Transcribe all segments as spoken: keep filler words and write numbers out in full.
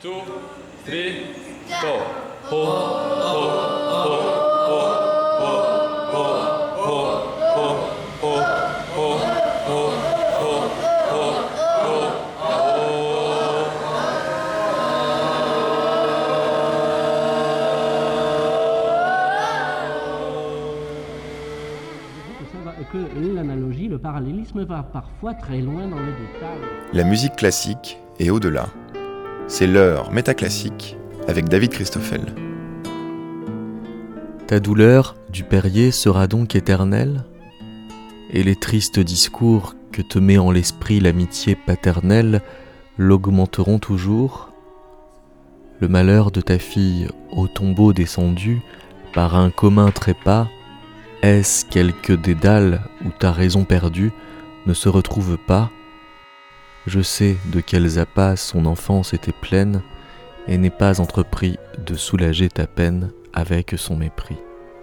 two, three, go. Ho, ho, ho, ho, ho, ho, ho, ho, ho, ho, ho, ho, que l'analogie, le parallélisme va parfois très loin dans les détails. La musique classique et au-delà. C'est l'heure métaclassique avec David Christoffel. Ta douleur du Perrier sera donc éternelle, et les tristes discours que te met en l'esprit l'amitié paternelle l'augmenteront toujours. Le malheur de ta fille au tombeau descendu par un commun trépas, est-ce quelque dédale où ta raison perdue ne se retrouve pas? Je sais de quels appâts son enfance était pleine, et n'ai pas entrepris de soulager ta peine avec son mépris.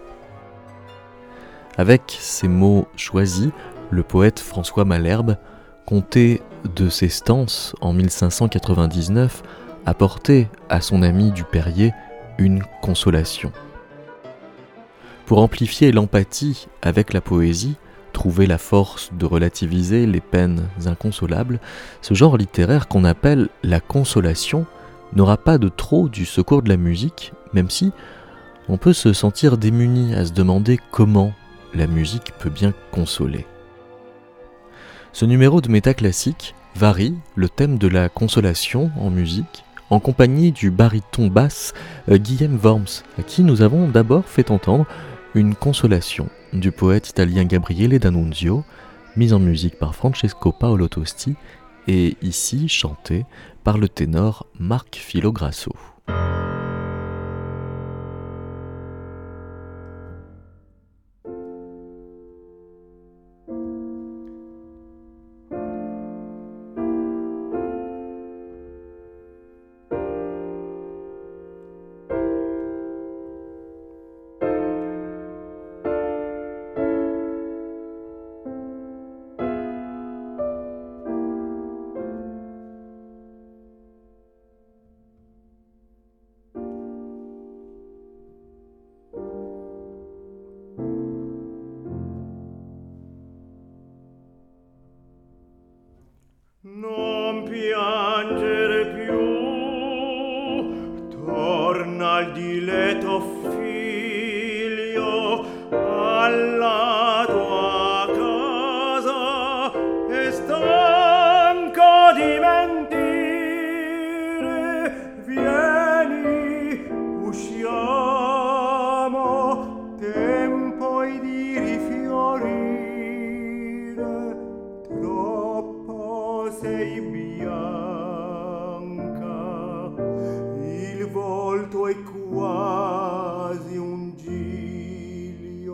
Avec ces mots choisis, le poète François Malherbe, comté de ses stances en mille cinq cent quatre-vingt-dix-neuf, apportait à son ami du Perrier une consolation. Pour amplifier l'empathie avec la poésie, trouver la force de relativiser les peines inconsolables, ce genre littéraire qu'on appelle la consolation n'aura pas de trop du secours de la musique, même si on peut se sentir démuni à se demander comment la musique peut bien consoler. Ce numéro de métaclassique varie le thème de la consolation en musique, en compagnie du baryton basse euh, Guillaume Worms, à qui nous avons d'abord fait entendre une consolation du poète italien Gabriele D'Annunzio, mise en musique par Francesco Paolo Tosti et ici chantée par le ténor Marc Filograsso. Non piangere più, torna al diletto figlio alla tua casa, è stanco di mentire, vieni, usciamo, tempo è di rifiorire, troppo sei bianca, il volto è quasi un giglio.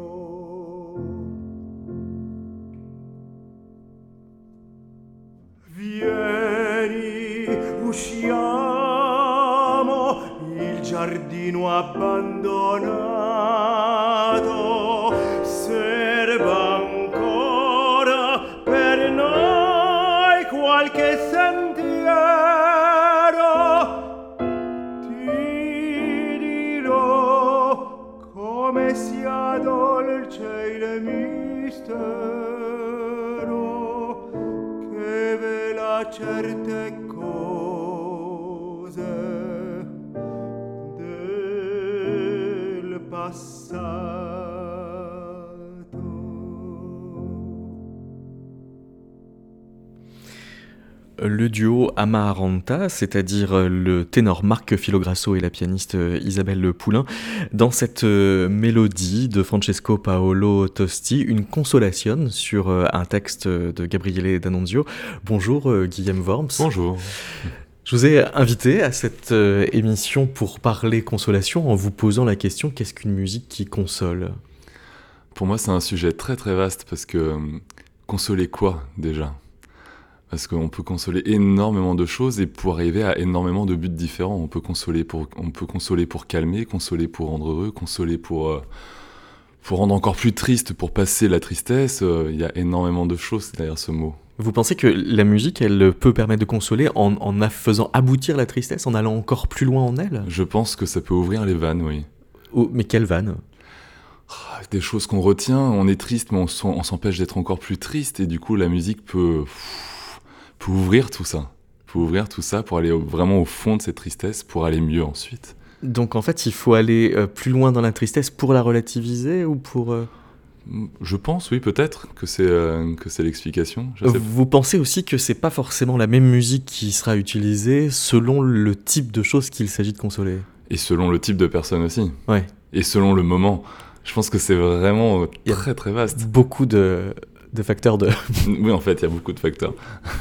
Vieni, usciamo, il giardino abbandonato serba ancora per noi qualche sentiero. Ti dirò come sia dolce il mistero che vela certe cose del passato. Le duo Amaranta, c'est-à-dire le ténor Marc Filograsso et la pianiste Isabelle Poulain, dans cette mélodie de Francesco Paolo Tosti, une consolation sur un texte de Gabriele D'Annunzio. Bonjour Guillaume Worms. Bonjour. Je vous ai invité à cette émission pour parler consolation en vous posant la question: qu'est-ce qu'une musique qui console ? Pour moi, c'est un sujet très très vaste parce que euh, consoler quoi déjà ? Parce qu'on peut consoler énormément de choses et pour arriver à énormément de buts différents. On peut consoler pour, on peut consoler pour calmer, consoler pour rendre heureux, consoler pour, euh, pour rendre encore plus triste, pour passer la tristesse. Il euh, y a énormément de choses derrière ce mot. Vous pensez que la musique, elle peut permettre de consoler en, en a- faisant aboutir la tristesse, en allant encore plus loin en elle? Je pense que ça peut ouvrir les vannes, oui. Oh, mais quelle vanne? Ah, des choses qu'on retient, on est triste, mais on, s'en- on s'empêche d'être encore plus triste, et du coup, la musique peut, pff, peut ouvrir tout ça. Peut ouvrir tout ça pour aller au- vraiment au fond de cette tristesse, pour aller mieux ensuite. Donc en fait, il faut aller euh, plus loin dans la tristesse pour la relativiser ou pour... euh, Je pense, oui, peut-être que c'est euh, que c'est l'explication. Je sais pas. Vous pensez aussi que c'est pas forcément la même musique qui sera utilisée selon le type de choses qu'il s'agit de consoler? Et selon le type de personne aussi. Ouais. Et selon le moment. Je pense que c'est vraiment Il y a très très vaste. Beaucoup de, de facteurs de... Oui, en fait, il y a beaucoup de facteurs.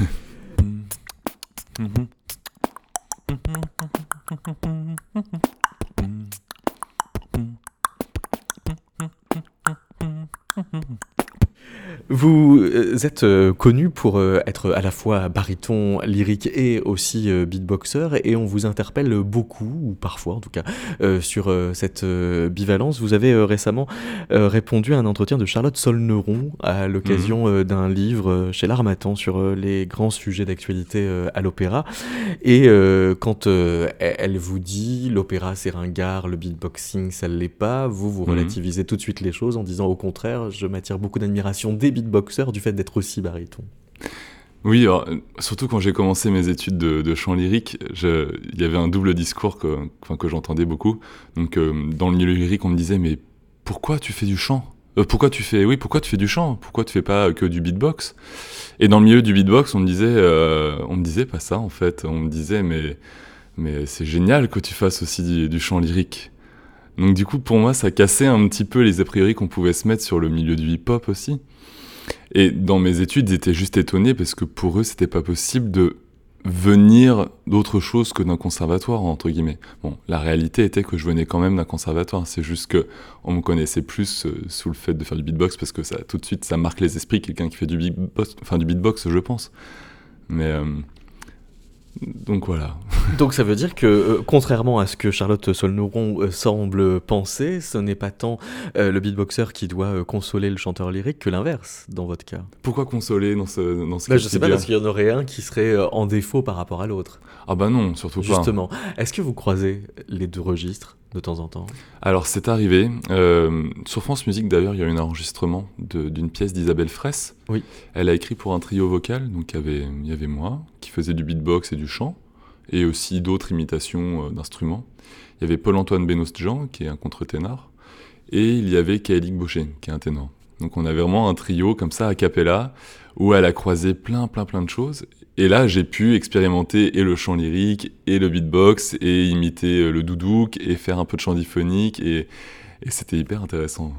Vous euh, êtes euh, connu pour euh, être à la fois baryton lyrique et aussi euh, beatboxer, et on vous interpelle beaucoup, ou parfois en tout cas, euh, sur euh, cette euh, bivalence. Vous avez euh, récemment euh, répondu à un entretien de Charlotte Solneron à l'occasion euh, d'un livre euh, chez l'Harmattan sur euh, les grands sujets d'actualité euh, à l'opéra. Et euh, quand euh, elle elle vous dit l'opéra c'est ringard, le beatboxing ça ne l'est pas, vous vous Mhm. relativisez tout de suite les choses en disant au contraire, je m'attire beaucoup d'admiration des beatboxers du fait d'être aussi baryton. Oui, alors, euh, surtout quand j'ai commencé mes études de, de chant lyrique, je- il y avait un double discours que, enfin, que j'entendais beaucoup. Donc, euh, dans le milieu lyrique, on me disait, mais pourquoi tu fais du chant? Euh, Pourquoi tu fais, oui, pourquoi tu fais du chant? Pourquoi tu fais pas que du beatbox? Et dans le milieu du beatbox, on me disait, euh, on me disait pas ça en fait. On me disait, mais, mais c'est génial que tu fasses aussi du, du chant lyrique. Donc, du coup, pour moi, ça cassait un petit peu les a priori qu'on pouvait se mettre sur le milieu du hip-hop aussi. Et dans mes études, ils étaient juste étonnés parce que pour eux, c'était pas possible de venir d'autre chose que d'un conservatoire, entre guillemets. Bon, la réalité était que je venais quand même d'un conservatoire. C'est juste que on me connaissait plus euh, sous le fait de faire du beatbox parce que ça, tout de suite, ça marque les esprits, quelqu'un qui fait du beatbox, enfin du beatbox, je pense. Mais euh, donc voilà. Donc ça veut dire que, euh, contrairement à ce que Charlotte Solneron euh, semble penser, ce n'est pas tant euh, le beatboxer qui doit euh, consoler le chanteur lyrique que l'inverse, dans votre cas. Pourquoi consoler dans ce dans ce Bah, cas je de sais pas, figure parce qu'il y en aurait un qui serait euh, en défaut par rapport à l'autre. Ah bah non, surtout pas. Justement. Est-ce que vous croisez les deux registres de temps en temps? Alors c'est arrivé. Euh, sur France Musique d'ailleurs, il y a eu un enregistrement de- d'une pièce d'Isabelle Fraisse. Oui. Elle a écrit pour un trio vocal, donc il y avait, il y avait moi, qui faisait du beatbox et du chant, et aussi d'autres imitations euh, d'instruments. Il y avait Paul-Antoine Benostjan, qui est un contre-ténor, et il y avait Kaélik Baucher, qui est un ténor. Donc on avait vraiment un trio comme ça, a cappella, où elle a croisé plein, plein, plein de choses. Et là, j'ai pu expérimenter et le chant lyrique, et le beatbox, et imiter euh, le doudouk, et faire un peu de chant diphonique, et, et c'était hyper intéressant.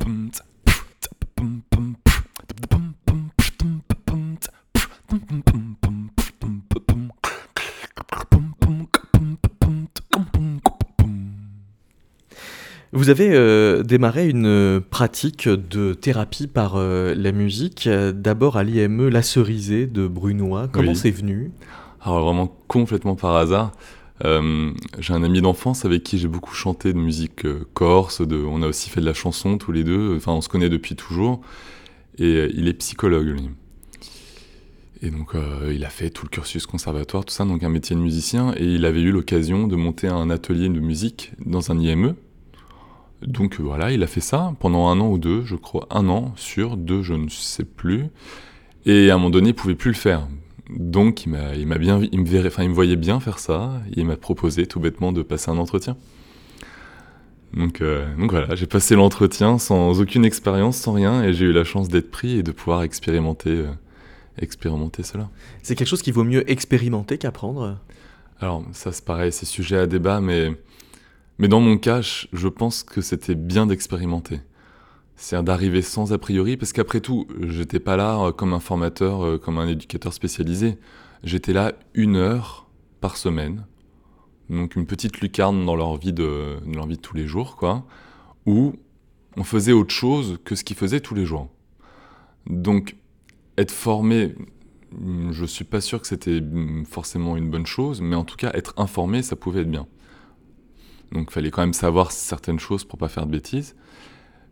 Vous avez euh, démarré une euh, pratique de thérapie par euh, la musique, euh, d'abord à l'I M E La Cerisée de Brunois. Comment Oui. c'est venu? Alors vraiment complètement par hasard. Euh, j'ai un ami d'enfance avec qui j'ai beaucoup chanté de musique euh, corse, de, on a aussi fait de la chanson tous les deux, enfin on se connaît depuis toujours, et euh, il est psychologue lui. Et donc euh, il a fait tout le cursus conservatoire, tout ça, donc un métier de musicien, et il avait eu l'occasion de monter un atelier de musique dans un I M E. Donc euh, voilà, il a fait ça pendant un an ou deux, je crois, un an sur deux, je ne sais plus, et à un moment donné il pouvait plus le faire. Donc il m'a, il m'a bien, il me verrait, enfin il me voyait bien faire ça, et il m'a proposé tout bêtement de passer un entretien. Donc, euh, donc voilà, j'ai passé l'entretien sans aucune expérience, sans rien, et j'ai eu la chance d'être pris et de pouvoir expérimenter, euh, expérimenter cela. C'est quelque chose qu'il vaut mieux expérimenter qu'apprendre? Alors ça c'est pareil, c'est sujet à débat, mais, mais dans mon cas, je- je pense que c'était bien d'expérimenter. C'est-à-dire d'arriver sans a priori, parce qu'après tout, j'étais pas là euh, comme un formateur, euh, comme un éducateur spécialisé. J'étais là une heure par semaine, donc une petite lucarne dans leur vie de, dans leur vie de tous les jours, quoi, où on faisait autre chose que ce qu'ils faisaient tous les jours. Donc, être formé, hum, je suis pas sûr que c'était hum, forcément une bonne chose, mais en tout cas, être informé, ça pouvait être bien. Donc, il fallait quand même savoir certaines choses pour pas faire de bêtises.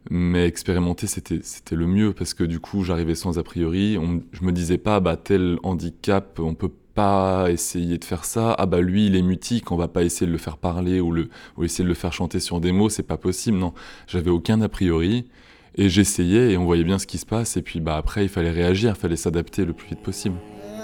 Mais expérimenter, c'était, c'était le mieux, parce que du coup, j'arrivais sans a priori. On, je me disais pas, bah, tel handicap, on peut pas essayer de faire ça. Ah bah lui, il est mutique, on va pas essayer de le faire parler ou, le, ou essayer de le faire chanter sur des mots, c'est pas possible. Non, j'avais aucun a priori. Et j'essayais et on voyait bien ce qui se passe. Et puis bah, après, il fallait réagir, il fallait s'adapter le plus vite possible.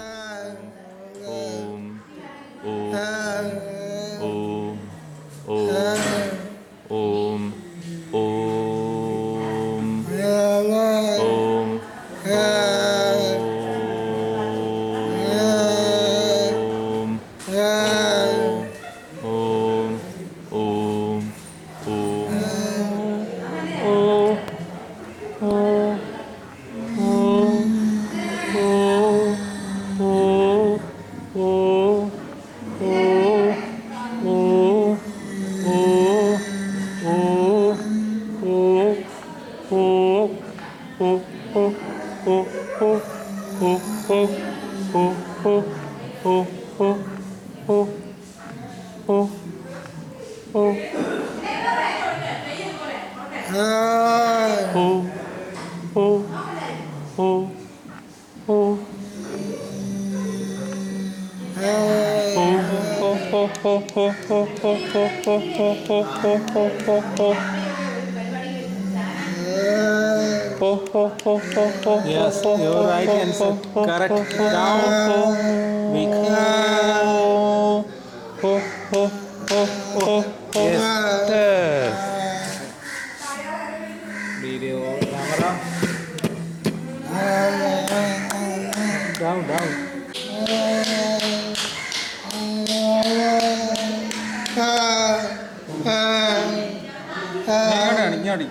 Yes, you're right answer. Correct. Down. Weak. Yes. Video camera. Down, down. ഇങ്ങോട്ടാണ് ഇങ്ങോട്ട്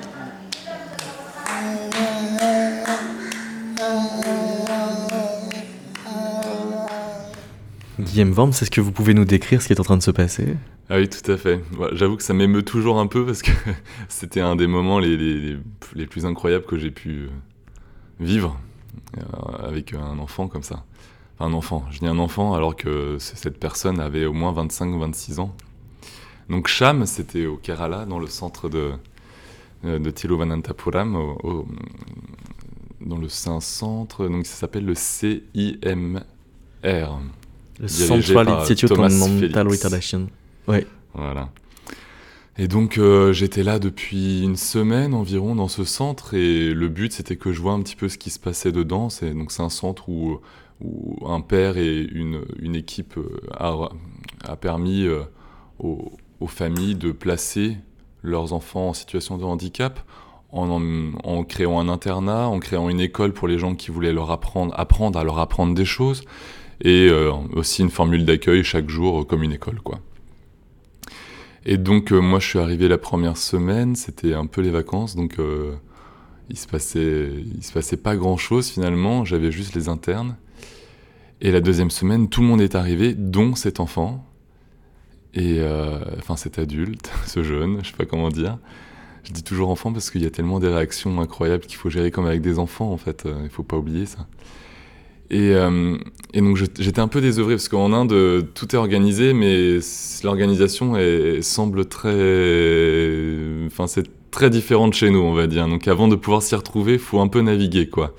Guillaume Worms, est-ce que vous pouvez nous décrire ce qui est en train de se passer ? Ah oui, tout à fait. Ouais, j'avoue que ça m'émeut toujours un peu parce que c'était un des moments les, les, les plus incroyables que j'ai pu vivre euh, avec un enfant comme ça. Enfin, un enfant, je dis un enfant alors que cette personne avait au moins vingt-cinq ou vingt-six ans. Donc Cham, c'était au Kerala, dans le centre de, de Thiruvananthapuram, au, au, dans le c'est un centre, donc ça s'appelle le C I M R. Le Central Institute on Mental Retardation. Ouais. Voilà. Et donc euh, j'étais là depuis une semaine environ dans ce centre et le but c'était que je vois un petit peu ce qui se passait dedans. C'est, donc c'est un centre où, où un père et une, une équipe a, a permis euh, aux, aux familles de placer leurs enfants en situation de handicap en, en, en créant un internat, en créant une école pour les gens qui voulaient leur apprendre, apprendre à leur apprendre des choses et euh, aussi une formule d'accueil chaque jour euh, comme une école, quoi. Et donc euh, moi je suis arrivé la première semaine, c'était un peu les vacances, donc euh, il se passait, il se passait pas grand chose finalement, j'avais juste les internes. Et la deuxième semaine, tout le monde est arrivé, dont cet enfant, et euh, enfin cet adulte, ce jeune, je sais pas comment dire. Je dis toujours enfant parce qu'il y a tellement des réactions incroyables qu'il faut gérer comme avec des enfants en fait, il faut pas oublier ça. Et, euh, et donc je, j'étais un peu désœuvré parce qu'en Inde tout est organisé, mais l'organisation est, semble très, enfin c'est très différent de chez nous, on va dire. Donc avant de pouvoir s'y retrouver, il faut un peu naviguer, quoi.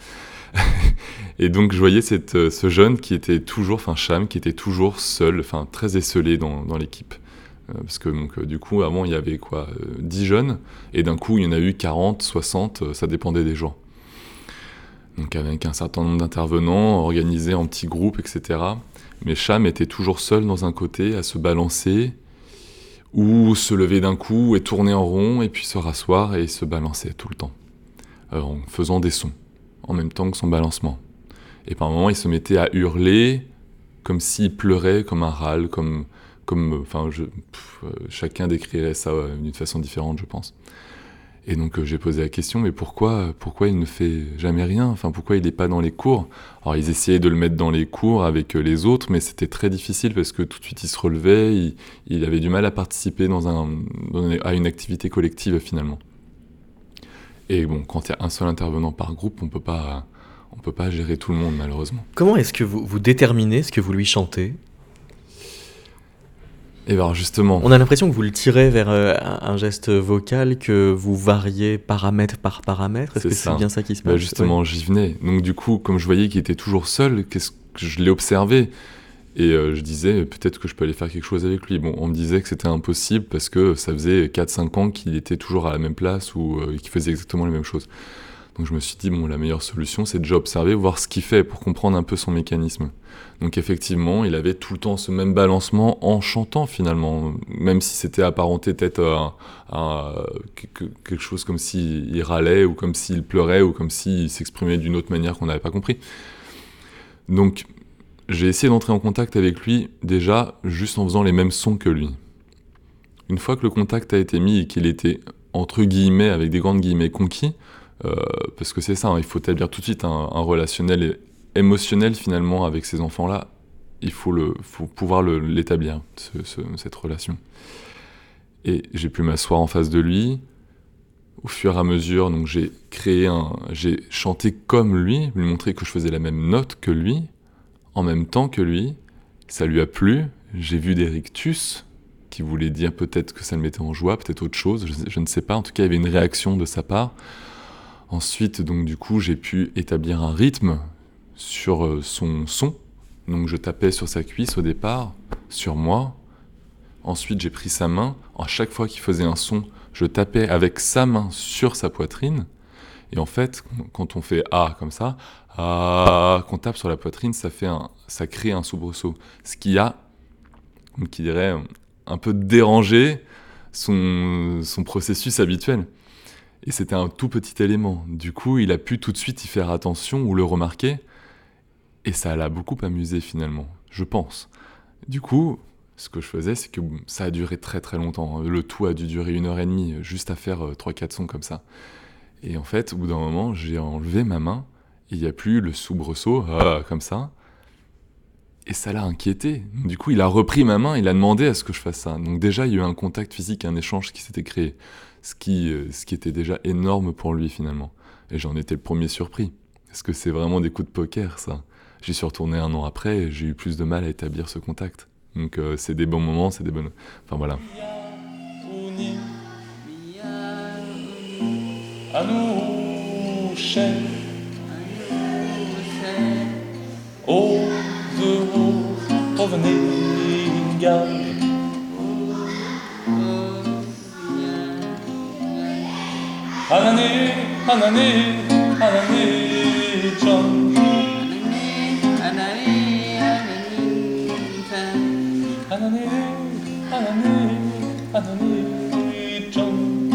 Et donc je voyais cette, ce jeune qui était toujours, enfin Cham, qui était toujours seul, enfin très esseulé dans, dans l'équipe. Euh, parce que donc euh, du coup avant il y avait quoi, euh, dix jeunes, et d'un coup il y en a eu quarante, soixante, euh, ça dépendait des jours. Donc avec un certain nombre d'intervenants, organisés en petits groupes, et cetera. Mais Cham était toujours seul dans un côté, à se balancer, ou se lever d'un coup et tourner en rond, et puis se rasseoir et se balancer tout le temps, euh, en faisant des sons, en même temps que son balancement. Et par moments, il se mettait à hurler, comme s'il pleurait, comme un râle, comme... comme enfin, je, pff, euh, chacun décrirait ça euh, d'une façon différente, je pense. Et donc euh, j'ai posé la question, mais pourquoi, pourquoi il ne fait jamais rien ? Enfin, pourquoi il n'est pas dans les cours ? Alors ils essayaient de le mettre dans les cours avec euh, les autres, mais c'était très difficile parce que tout de suite il se relevait, il, il avait du mal à participer dans un, dans, à une activité collective finalement. Et bon, quand il y a un seul intervenant par groupe, on peut pas, on peut pas gérer tout le monde malheureusement. Comment est-ce que vous, vous déterminez ce que vous lui chantez ? Et alors justement, On a l'impression que vous le tirez vers euh, un un geste vocal, que vous variez paramètre par paramètre. Est-ce C'est que ça. c'est bien ça qui se bah, passe? justement, j'y venais. Donc du coup, comme je voyais qu'il était toujours seul, qu'est-ce que je l'ai observé et euh, je disais peut-être que je peux aller faire quelque chose avec lui. Bon, on me disait que c'était impossible parce que ça faisait quatre cinq ans qu'il était toujours à la même place ou euh, qu'il faisait exactement les mêmes choses. Donc je me suis dit, bon, la meilleure solution, c'est déjà observer, voir ce qu'il fait pour comprendre un peu son mécanisme. Donc effectivement, il avait tout le temps ce même balancement en chantant finalement, même si c'était apparenté peut-être à, à quelque quelque chose comme s'il râlait ou comme s'il pleurait ou comme s'il s'exprimait d'une autre manière qu'on n'avait pas compris. Donc j'ai essayé d'entrer en contact avec lui déjà juste en faisant les mêmes sons que lui. Une fois que le contact a été mis et qu'il était entre guillemets, avec des grandes guillemets, conquis, euh, parce que c'est ça, hein, il faut établir tout de suite un, un relationnel et- émotionnel finalement avec ces enfants-là. Il faut, le, faut pouvoir le- l'établir, ce- ce- cette relation. Et j'ai pu m'asseoir en face de lui. Au fur et à mesure, donc j'ai créé un, j'ai chanté comme lui, lui montrer que je faisais la même note que lui, en même temps que lui. Ça lui a plu. J'ai vu des rictus, qui voulait dire peut-être que ça le mettait en joie, peut-être autre chose, je, je ne sais pas. En tout cas, il y avait une réaction de sa part. Ensuite, donc du coup, j'ai pu établir un rythme sur euh, son son. Donc je tapais sur sa cuisse au départ, sur moi. Ensuite, j'ai pris sa main. À chaque fois qu'il faisait un son, je tapais avec sa main sur sa poitrine. Et en fait, quand on fait A comme ça, A, qu'on tape sur la poitrine, ça, fait un, ça crée un soubresaut. Ce qui a, qui dirait, un peu dérangé son, son processus habituel. Et c'était un tout petit élément. Du coup, il a pu tout de suite y faire attention ou le remarquer. Et ça l'a beaucoup amusé finalement, je pense. Du coup, ce que je faisais, c'est que ça a duré très très longtemps. Le tout a dû durer une heure et demie, juste à faire euh, trois quatre sons comme ça. Et en fait, au bout d'un moment, j'ai enlevé ma main, et il n'y a plus le soubresaut, ah, comme ça. Et ça l'a inquiété. Du coup, il a repris ma main, il a demandé à ce que je fasse ça. Donc déjà, il y a eu un contact physique, un échange qui s'était créé. Ce qui, euh, ce qui était déjà énorme pour lui, finalement. Et j'en étais le premier surpris. Est-ce que c'est vraiment des coups de poker, ça? J'y suis retourné un an après, et j'ai eu plus de mal à établir ce contact. Donc euh, c'est des bons moments, c'est des bonnes... Enfin voilà. Anane, anane, anane, John. Anane, anane, anane, John.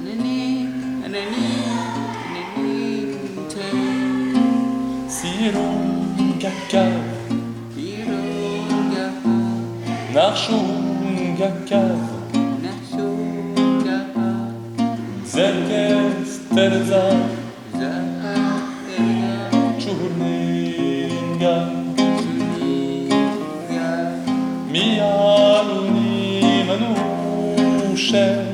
Siron gakav, narshun gakav, zerkes terza, churninga, mialuni manushe.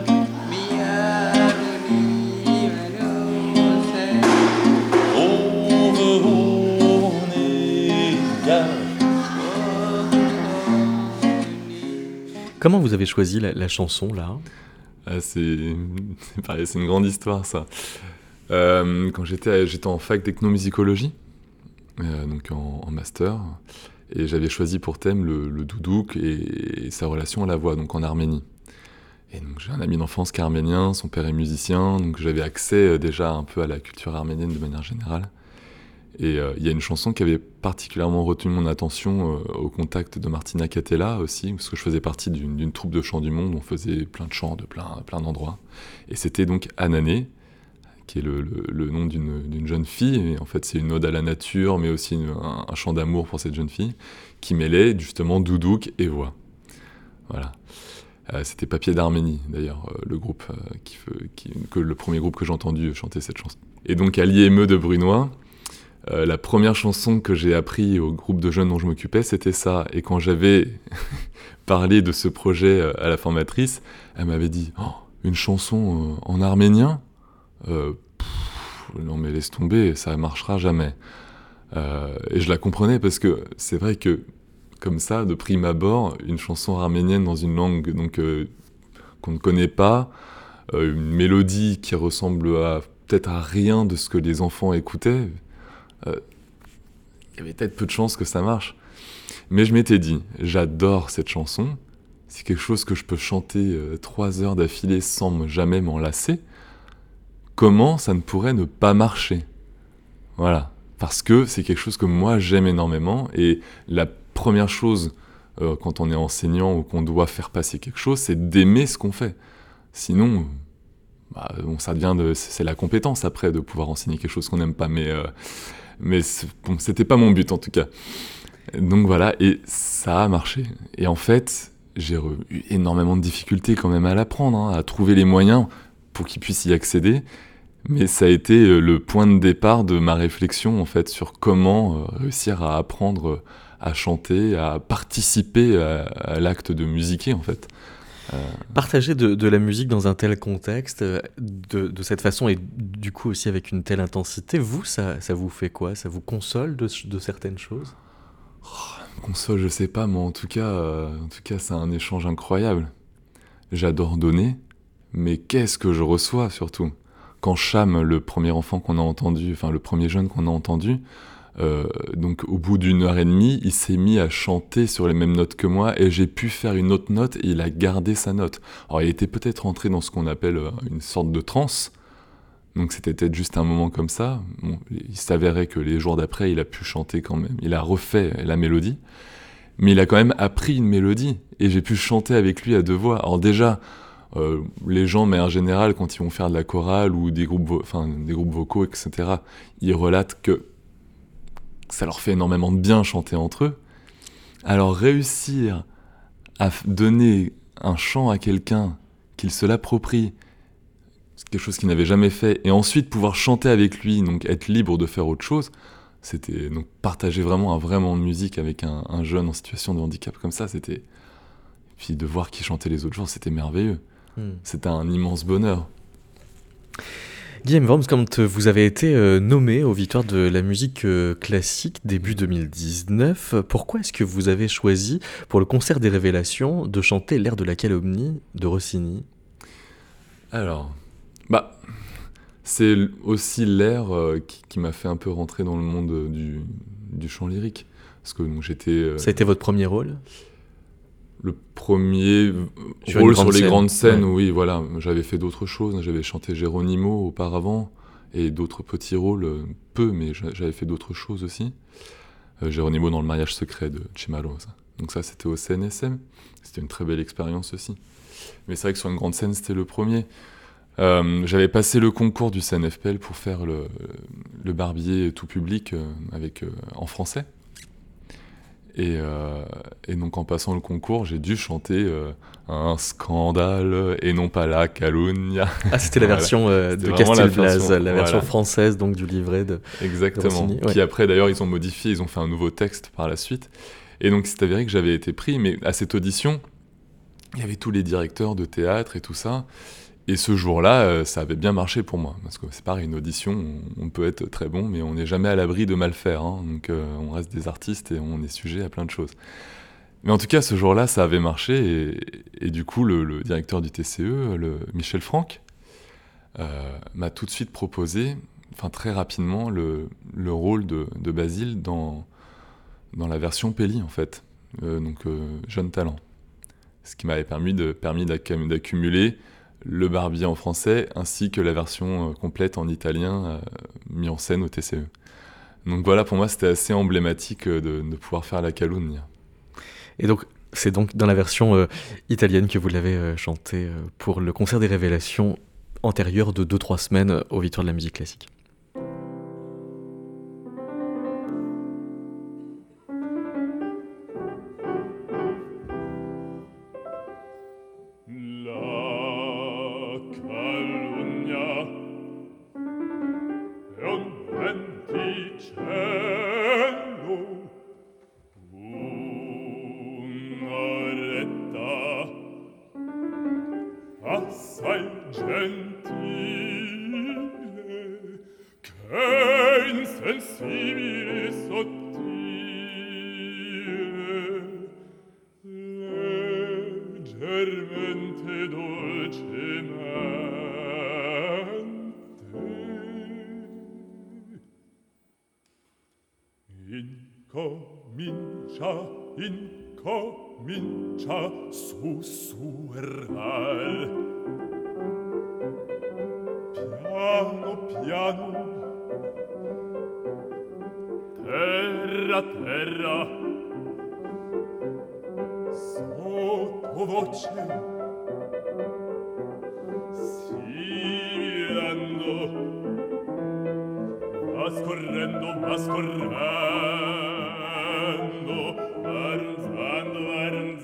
Comment vous avez choisi la, la chanson là? Ah, c'est... c'est pareil, c'est une grande histoire ça. Euh, quand j'étais, j'étais en fac d'ethnomusicologie, euh, donc en, en master, et j'avais choisi pour thème le, le doudouk et, et sa relation à la voix, donc en Arménie. Et donc j'ai un ami d'enfance qui est arménien, son père est musicien, donc j'avais accès euh, déjà un peu à la culture arménienne de manière générale. Et il euh, y a une chanson qui avait particulièrement retenu mon attention euh, au contact de Martina Catella aussi, parce que je faisais partie d'une, d'une troupe de chants du monde, on faisait plein de chants de plein, plein d'endroits. Et c'était donc Anané, qui est le, le, le nom d'une, d'une jeune fille, et en fait c'est une ode à la nature, mais aussi une, un, un chant d'amour pour cette jeune fille, qui mêlait justement doudouk et voix. Voilà. Euh, c'était Papier d'Arménie, d'ailleurs, euh, le groupe, euh, qui, qui, que, le premier groupe que j'ai entendu chanter cette chanson. Et donc Allié Meux de Brunois, Euh, la première chanson que j'ai appris au groupe de jeunes dont je m'occupais, c'était ça. Et quand j'avais parlé de ce projet euh, à la formatrice, elle m'avait dit oh, « Une chanson euh, en arménien euh, pff, non mais laisse tomber, ça ne marchera jamais. Euh, » Et je la comprenais parce que c'est vrai que comme ça, de prime abord, une chanson arménienne dans une langue donc, euh, qu'on ne connaît pas, euh, une mélodie qui ressemble à, peut-être à rien de ce que les enfants écoutaient. Euh, il y avait peut-être peu de chances que ça marche. Mais je m'étais dit, j'adore cette chanson, c'est quelque chose que je peux chanter euh, trois heures d'affilée sans jamais m'en lasser. Comment ça ne pourrait ne pas marcher ? Voilà. Parce que c'est quelque chose que moi j'aime énormément, et la première chose euh, quand on est enseignant ou qu'on doit faire passer quelque chose, c'est d'aimer ce qu'on fait. Sinon, bah, bon, ça devient de, c'est la compétence après de pouvoir enseigner quelque chose qu'on n'aime pas, mais, euh, mais bon, c'était pas mon but en tout cas. Donc voilà, et ça a marché. Et en fait, j'ai eu énormément de difficultés quand même à l'apprendre, hein, à trouver les moyens pour qu'ils puissent y accéder. Mais ça a été le point de départ de ma réflexion en fait sur comment réussir à apprendre à chanter, à participer à, à l'acte de musiquer en fait. Euh... Partager de, de la musique dans un tel contexte, de, de cette façon et du coup aussi avec une telle intensité, vous, ça, ça vous fait quoi ? Ça vous console de, de certaines choses ? oh, Console, je sais pas, mais en tout cas, euh, en tout cas, c'est un échange incroyable. J'adore donner, mais qu'est-ce que je reçois surtout ? Quand Cham, le premier enfant qu'on a entendu, enfin le premier jeune qu'on a entendu, euh, donc au bout d'une heure et demie, il s'est mis à chanter sur les mêmes notes que moi et j'ai pu faire une autre note et il a gardé sa note. Alors il était peut-être rentré dans ce qu'on appelle une sorte de transe, donc c'était peut-être juste un moment comme ça. Bon, il s'avérait que les jours d'après, il a pu chanter quand même, il a refait la mélodie, mais il a quand même appris une mélodie et j'ai pu chanter avec lui à deux voix. Alors déjà, Euh, les gens, mais en général, quand ils vont faire de la chorale ou des groupes, vo- enfin, des groupes vocaux, et cetera, ils relatent que ça leur fait énormément de bien chanter entre eux. Alors réussir à f- donner un chant à quelqu'un, qu'il se l'approprie, c'est quelque chose qu'il n'avait jamais fait, et ensuite pouvoir chanter avec lui, donc être libre de faire autre chose, c'était donc partager vraiment un vrai moment de musique avec un, un jeune en situation de handicap comme ça, c'était... Et puis de voir qu'il chantait les autres jours, c'était merveilleux. C'était un immense bonheur. Guillaume Worms, quand vous avez été euh, nommé aux Victoires de la musique euh, classique début deux mille dix-neuf, pourquoi est-ce que vous avez choisi pour le concert des révélations de chanter l'air de la calomnie de Rossini ? Alors, bah, c'est aussi l'air euh, qui, qui m'a fait un peu rentrer dans le monde du, du chant lyrique. Parce que donc, j'étais... Euh, Ça a été votre premier rôle ? Le premier sur rôle sur les scène. grandes scènes, ouais. Oui, voilà. J'avais fait d'autres choses. J'avais chanté Geronimo auparavant et d'autres petits rôles, peu, mais j'avais fait d'autres choses aussi. Euh, Geronimo dans Le mariage secret de Cimalo. Ça. Donc ça, c'était au C N S M. C'était une très belle expérience aussi. Mais c'est vrai que sur une grande scène, c'était le premier. Euh, j'avais passé le concours du C N F P L pour faire le, le Barbier tout public euh, avec, euh, en français. Et, euh, et donc en passant le concours, j'ai dû chanter euh, un scandale et non pas la calomnia. Ah, c'était la Voilà. version euh, de C'était Castelblaz, version, la version voilà. française donc du livret de Exactement. de Rossini, ouais. Qui après d'ailleurs ils ont modifié, ils ont fait un nouveau texte par la suite. Et donc c'est avéré que j'avais été pris, mais à cette audition, il y avait tous les directeurs de théâtre et tout ça. Et ce jour-là, euh, ça avait bien marché pour moi. Parce que c'est pareil, une audition, on, on peut être très bon, mais on n'est jamais à l'abri de mal faire. Hein. Donc euh, on reste des artistes et on est sujet à plein de choses. Mais en tout cas, ce jour-là, ça avait marché. Et, et du coup, le, le directeur du T C E, le Michel Franck, euh, m'a tout de suite proposé, enfin très rapidement, le, le rôle de, de Basile dans, dans la version Pelli, en fait. Euh, donc euh, jeune talent. Ce qui m'avait permis, de, permis d'accum- d'accumuler le Barbier en français, ainsi que la version euh, complète en italien, euh, mis en scène au T C E. Donc voilà, pour moi, c'était assez emblématique euh, de, de pouvoir faire la calomnie. Et donc, c'est donc dans la version euh, italienne que vous l'avez euh, chanté euh, pour le concert des révélations antérieur de deux trois semaines euh, aux Victoires de la musique classique. Assai gentile che insensibile e sottile leggermente dolcemente. Incomincia, incomincia sussurrar. Piano, piano, terra, terra, sottovoce, sibilando, va scorrendo, va scorrendo, va ronzando, va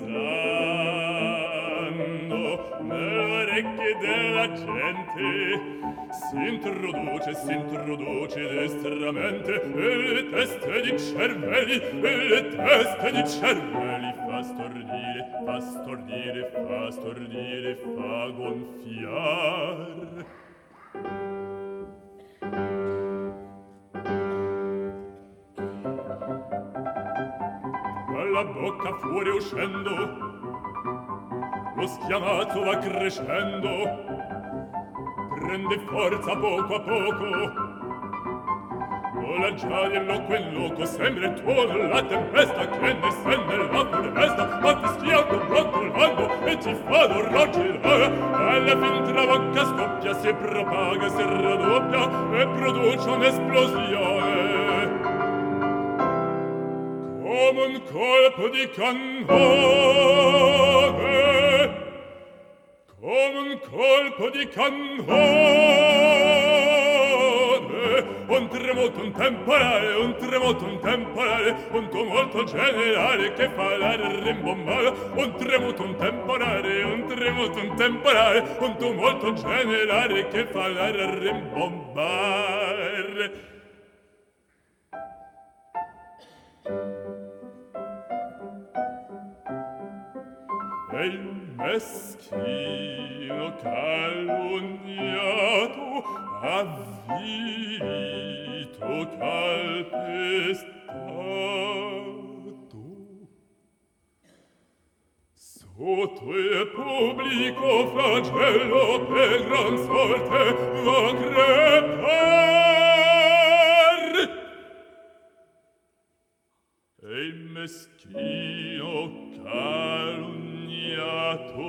ronzando, nelle orecchie della gente si introduce, si introduce destramente nelle teste di cervelli, nelle teste di cervelli, fa stordire, fa stordire, fa stordire, fa gonfiare. Dalla bocca fuori uscendo, lo schiamazzo va crescendo, prende forza poco a poco, vola già di loco in loco, sembra il tuono la tempesta che ne sente la foresta, va fischiando, brontolando e ti fa d'orrogilare, alla fin tra bocca scoppia, si propaga, si raddoppia e produce un'esplosione. Come un colpo di cannone, come un colpo di cannone, un tremoto, un temporale, un tremoto, un temporale, un tumulto generale che fa l'aria rimbombare, un tremoto, un temporale, un tremoto, un temporale, un tumulto generale che fa l'aria rimbombare. E il meschino calunniato, avvilito, calpestato, sotto il pubblico flagello per gran sorte va crepar. E il meschino calunniato,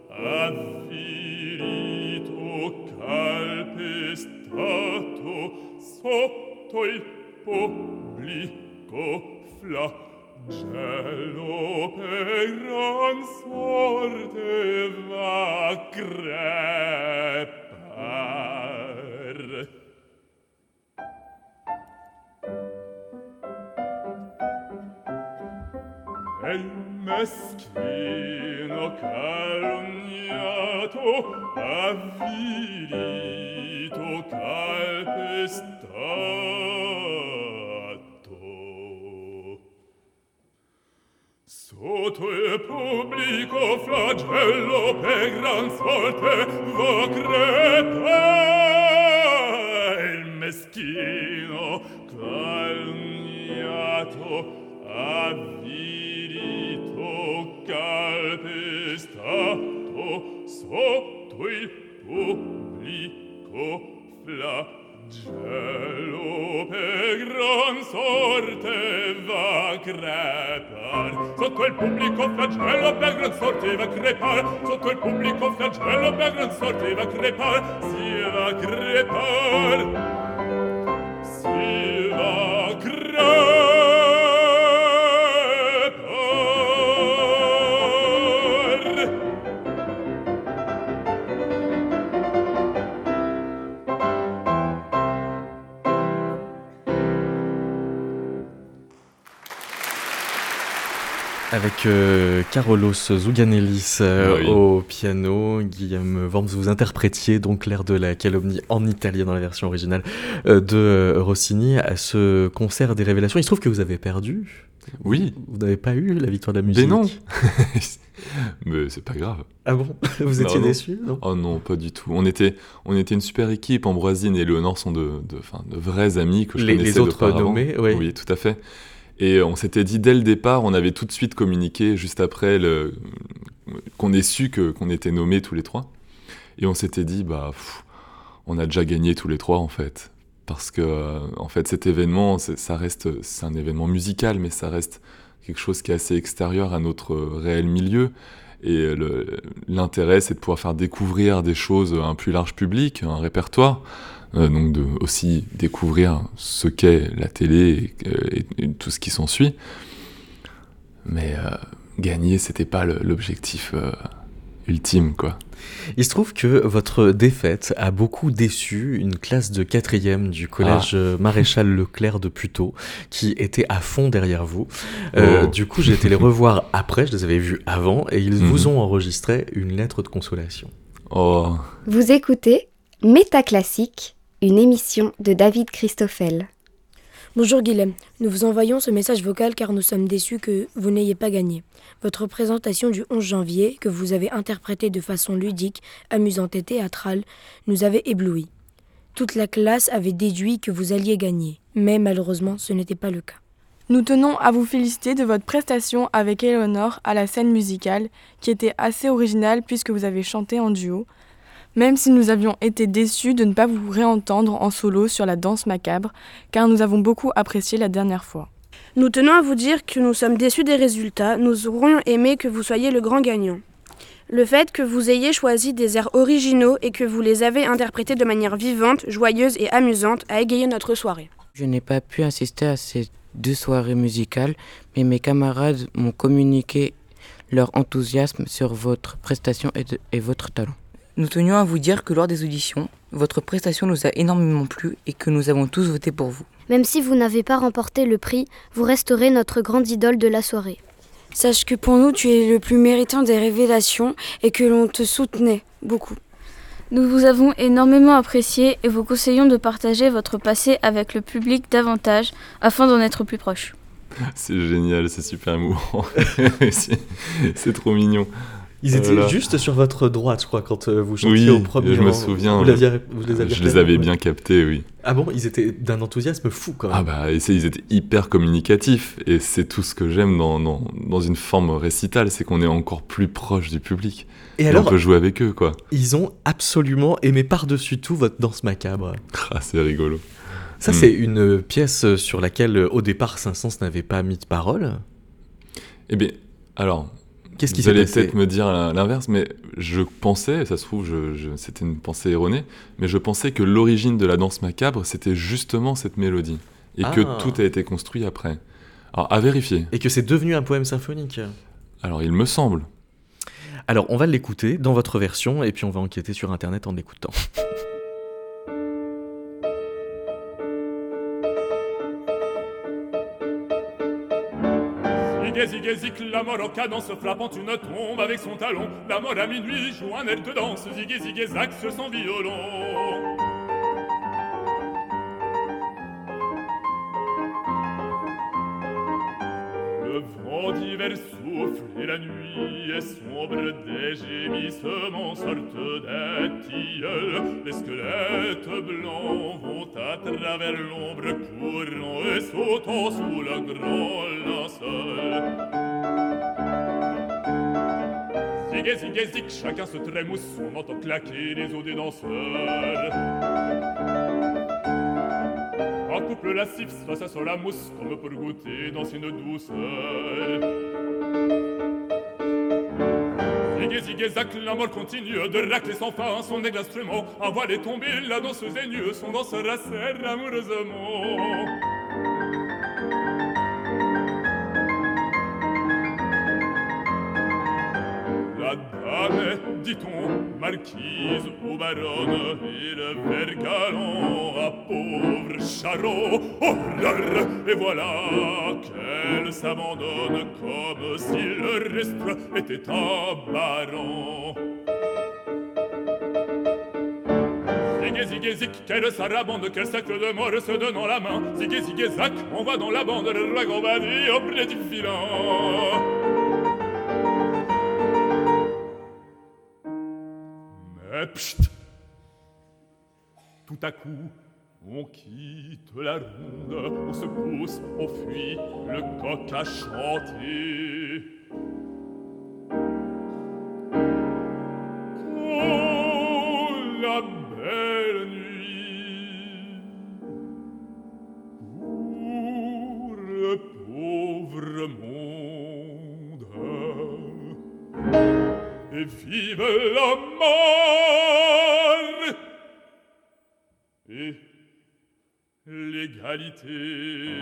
avvilito, calpestato, sotto il pubblico flagello per gran sorte va crepar. E il meschino calunniato, avvilito, calpestato, sotto il pubblico flagello per gran sorte va crepar. Il meschino calunniato, avvilito, calpestato, sotto il pubblico flagello per gran sorte va crepar. Sotto il pubblico flagello per gran sorte va crepar. Sotto il pubblico flagello per gran sorte va crepar. Si va crepar. Si va crepar. Avec euh, Carolus Zouganelis euh, oui. au piano, Guillaume Worms, vous interprétiez donc l'air de la calomnie en italien dans la version originale euh, de euh, Rossini à ce concert des révélations. Il se trouve que vous avez perdu. Oui. Vous n'avez pas eu la victoire de la musique. Mais non. Mais c'est pas grave. Ah bon? Vous étiez non, déçu, non? Oh non, pas du tout. On était, on était une super équipe. Ambroisine et Léonore sont de, de, enfin, de vrais amis que je les, connaissais les autres d'auparavant. nommés, oui. Oui, tout à fait. Et on s'était dit dès le départ, on avait tout de suite communiqué juste après le, qu'on ait su que, qu'on était nommés tous les trois. Et on s'était dit, bah, pff, on a déjà gagné tous les trois, en fait. Parce que, euh, en fait, cet événement, c'est, ça reste, c'est un événement musical, mais ça reste quelque chose qui est assez extérieur à notre réel milieu. Et le, l'intérêt, c'est de pouvoir faire découvrir des choses à un plus large public, un répertoire. Euh, donc de aussi découvrir ce qu'est la télé et, et, et tout ce qui s'ensuit. Mais euh, gagner, c'était pas le, l'objectif euh, ultime, quoi. Il se trouve que votre défaite a beaucoup déçu une classe de quatrième du collège ah. Maréchal Leclerc de Puteaux, qui était à fond derrière vous. Euh, oh. Du coup, j'ai été les revoir après, je les avais vus avant, et ils mm-hmm. vous ont enregistré une lettre de consolation. Oh. Vous écoutez Métaclassique, une émission de David Christoffel. Bonjour Guilhem, nous vous envoyons ce message vocal car nous sommes déçus que vous n'ayez pas gagné. Votre présentation du onze janvier, que vous avez interprétée de façon ludique, amusante et théâtrale, nous avait éblouis. Toute la classe avait déduit que vous alliez gagner, mais malheureusement ce n'était pas le cas. Nous tenons à vous féliciter de votre prestation avec Éléonore à la scène musicale, qui était assez originale puisque vous avez chanté en duo, même si nous avions été déçus de ne pas vous réentendre en solo sur la danse macabre, car nous avons beaucoup apprécié la dernière fois. Nous tenons à vous dire que nous sommes déçus des résultats, nous aurions aimé que vous soyez le grand gagnant. Le fait que vous ayez choisi des airs originaux et que vous les avez interprétés de manière vivante, joyeuse et amusante a égayé notre soirée. Je n'ai pas pu assister à ces deux soirées musicales, mais mes camarades m'ont communiqué leur enthousiasme sur votre prestation et, de, et votre talent. Nous tenions à vous dire que lors des auditions, votre prestation nous a énormément plu et que nous avons tous voté pour vous. Même si vous n'avez pas remporté le prix, vous resterez notre grande idole de la soirée. Sache que pour nous, tu es le plus méritant des révélations et que l'on te soutenait beaucoup. Nous vous avons énormément apprécié et vous conseillons de partager votre passé avec le public davantage afin d'en être plus proche. C'est génial, c'est super émouvant. c'est, c'est trop mignon. Ils étaient voilà. juste sur votre droite, je crois, quand vous chantiez oui, au premier je me souviens. Vous, l'aviez, vous les aviez je les avais bien captés, oui. Ah bon, ils étaient d'un enthousiasme fou, quand même. Ah bah, et c'est, ils étaient hyper communicatifs. Et c'est tout ce que j'aime dans, dans, dans une forme récitale, c'est qu'on est encore plus proche du public. Et, et alors, on peut jouer avec eux, quoi. Ils ont absolument aimé par-dessus tout votre danse macabre. Ah, c'est rigolo. Ça, mm. c'est une pièce sur laquelle, au départ, Saint-Saëns n'avait pas mis de parole. Eh bien, alors... Qu'est-ce qui Vous s'est allez passé ? peut-être me dire l'inverse, mais je pensais, ça se trouve, je, je, c'était une pensée erronée, mais je pensais que l'origine de la danse macabre, c'était justement cette mélodie, et ah. que tout a été construit après. Alors, à vérifier. Et que c'est devenu un poème symphonique. Alors, il me semble. Alors, on va l'écouter dans votre version, et puis on va enquêter sur Internet en l'écoutant. Zig zig la mort en cadence frappant une tombe avec son talon. La mort à minuit joue un air de danse. Zig zig zac sans violon. Le vent d'hiver souffle et la nuit est sombre. Des gémissements sortent des tilleuls. Les squelettes blancs vont à travers l'ombre, courant et sautant sous le grand linceul. Zig zig zig, chacun se trémousse, on entend claquer les os des danseurs. Un couple lascif face à sur la mousse, comme pour goûter dans une douceur. Zig zig zac, la mort continue de racler sans fin son aigle instrument. Un voile est tombé, la danseuse est nue, son danseur serre amoureusement. La dame, dit-on, marquise ou baronne, et le ver galant à pauvre charron. Horreur! Et voilà qu'elle s'abandonne comme si le reste était un baron. Zig zig zig, quelle sarabande, quel sacre de mort se donnant la main. Zig zig zac, on va dans la bande, le roi Gambadi auprès du filant. Psst. Tout à coup, on quitte la ronde, on se pousse, on fuit, le coq a chanté. la mort et l'égalité.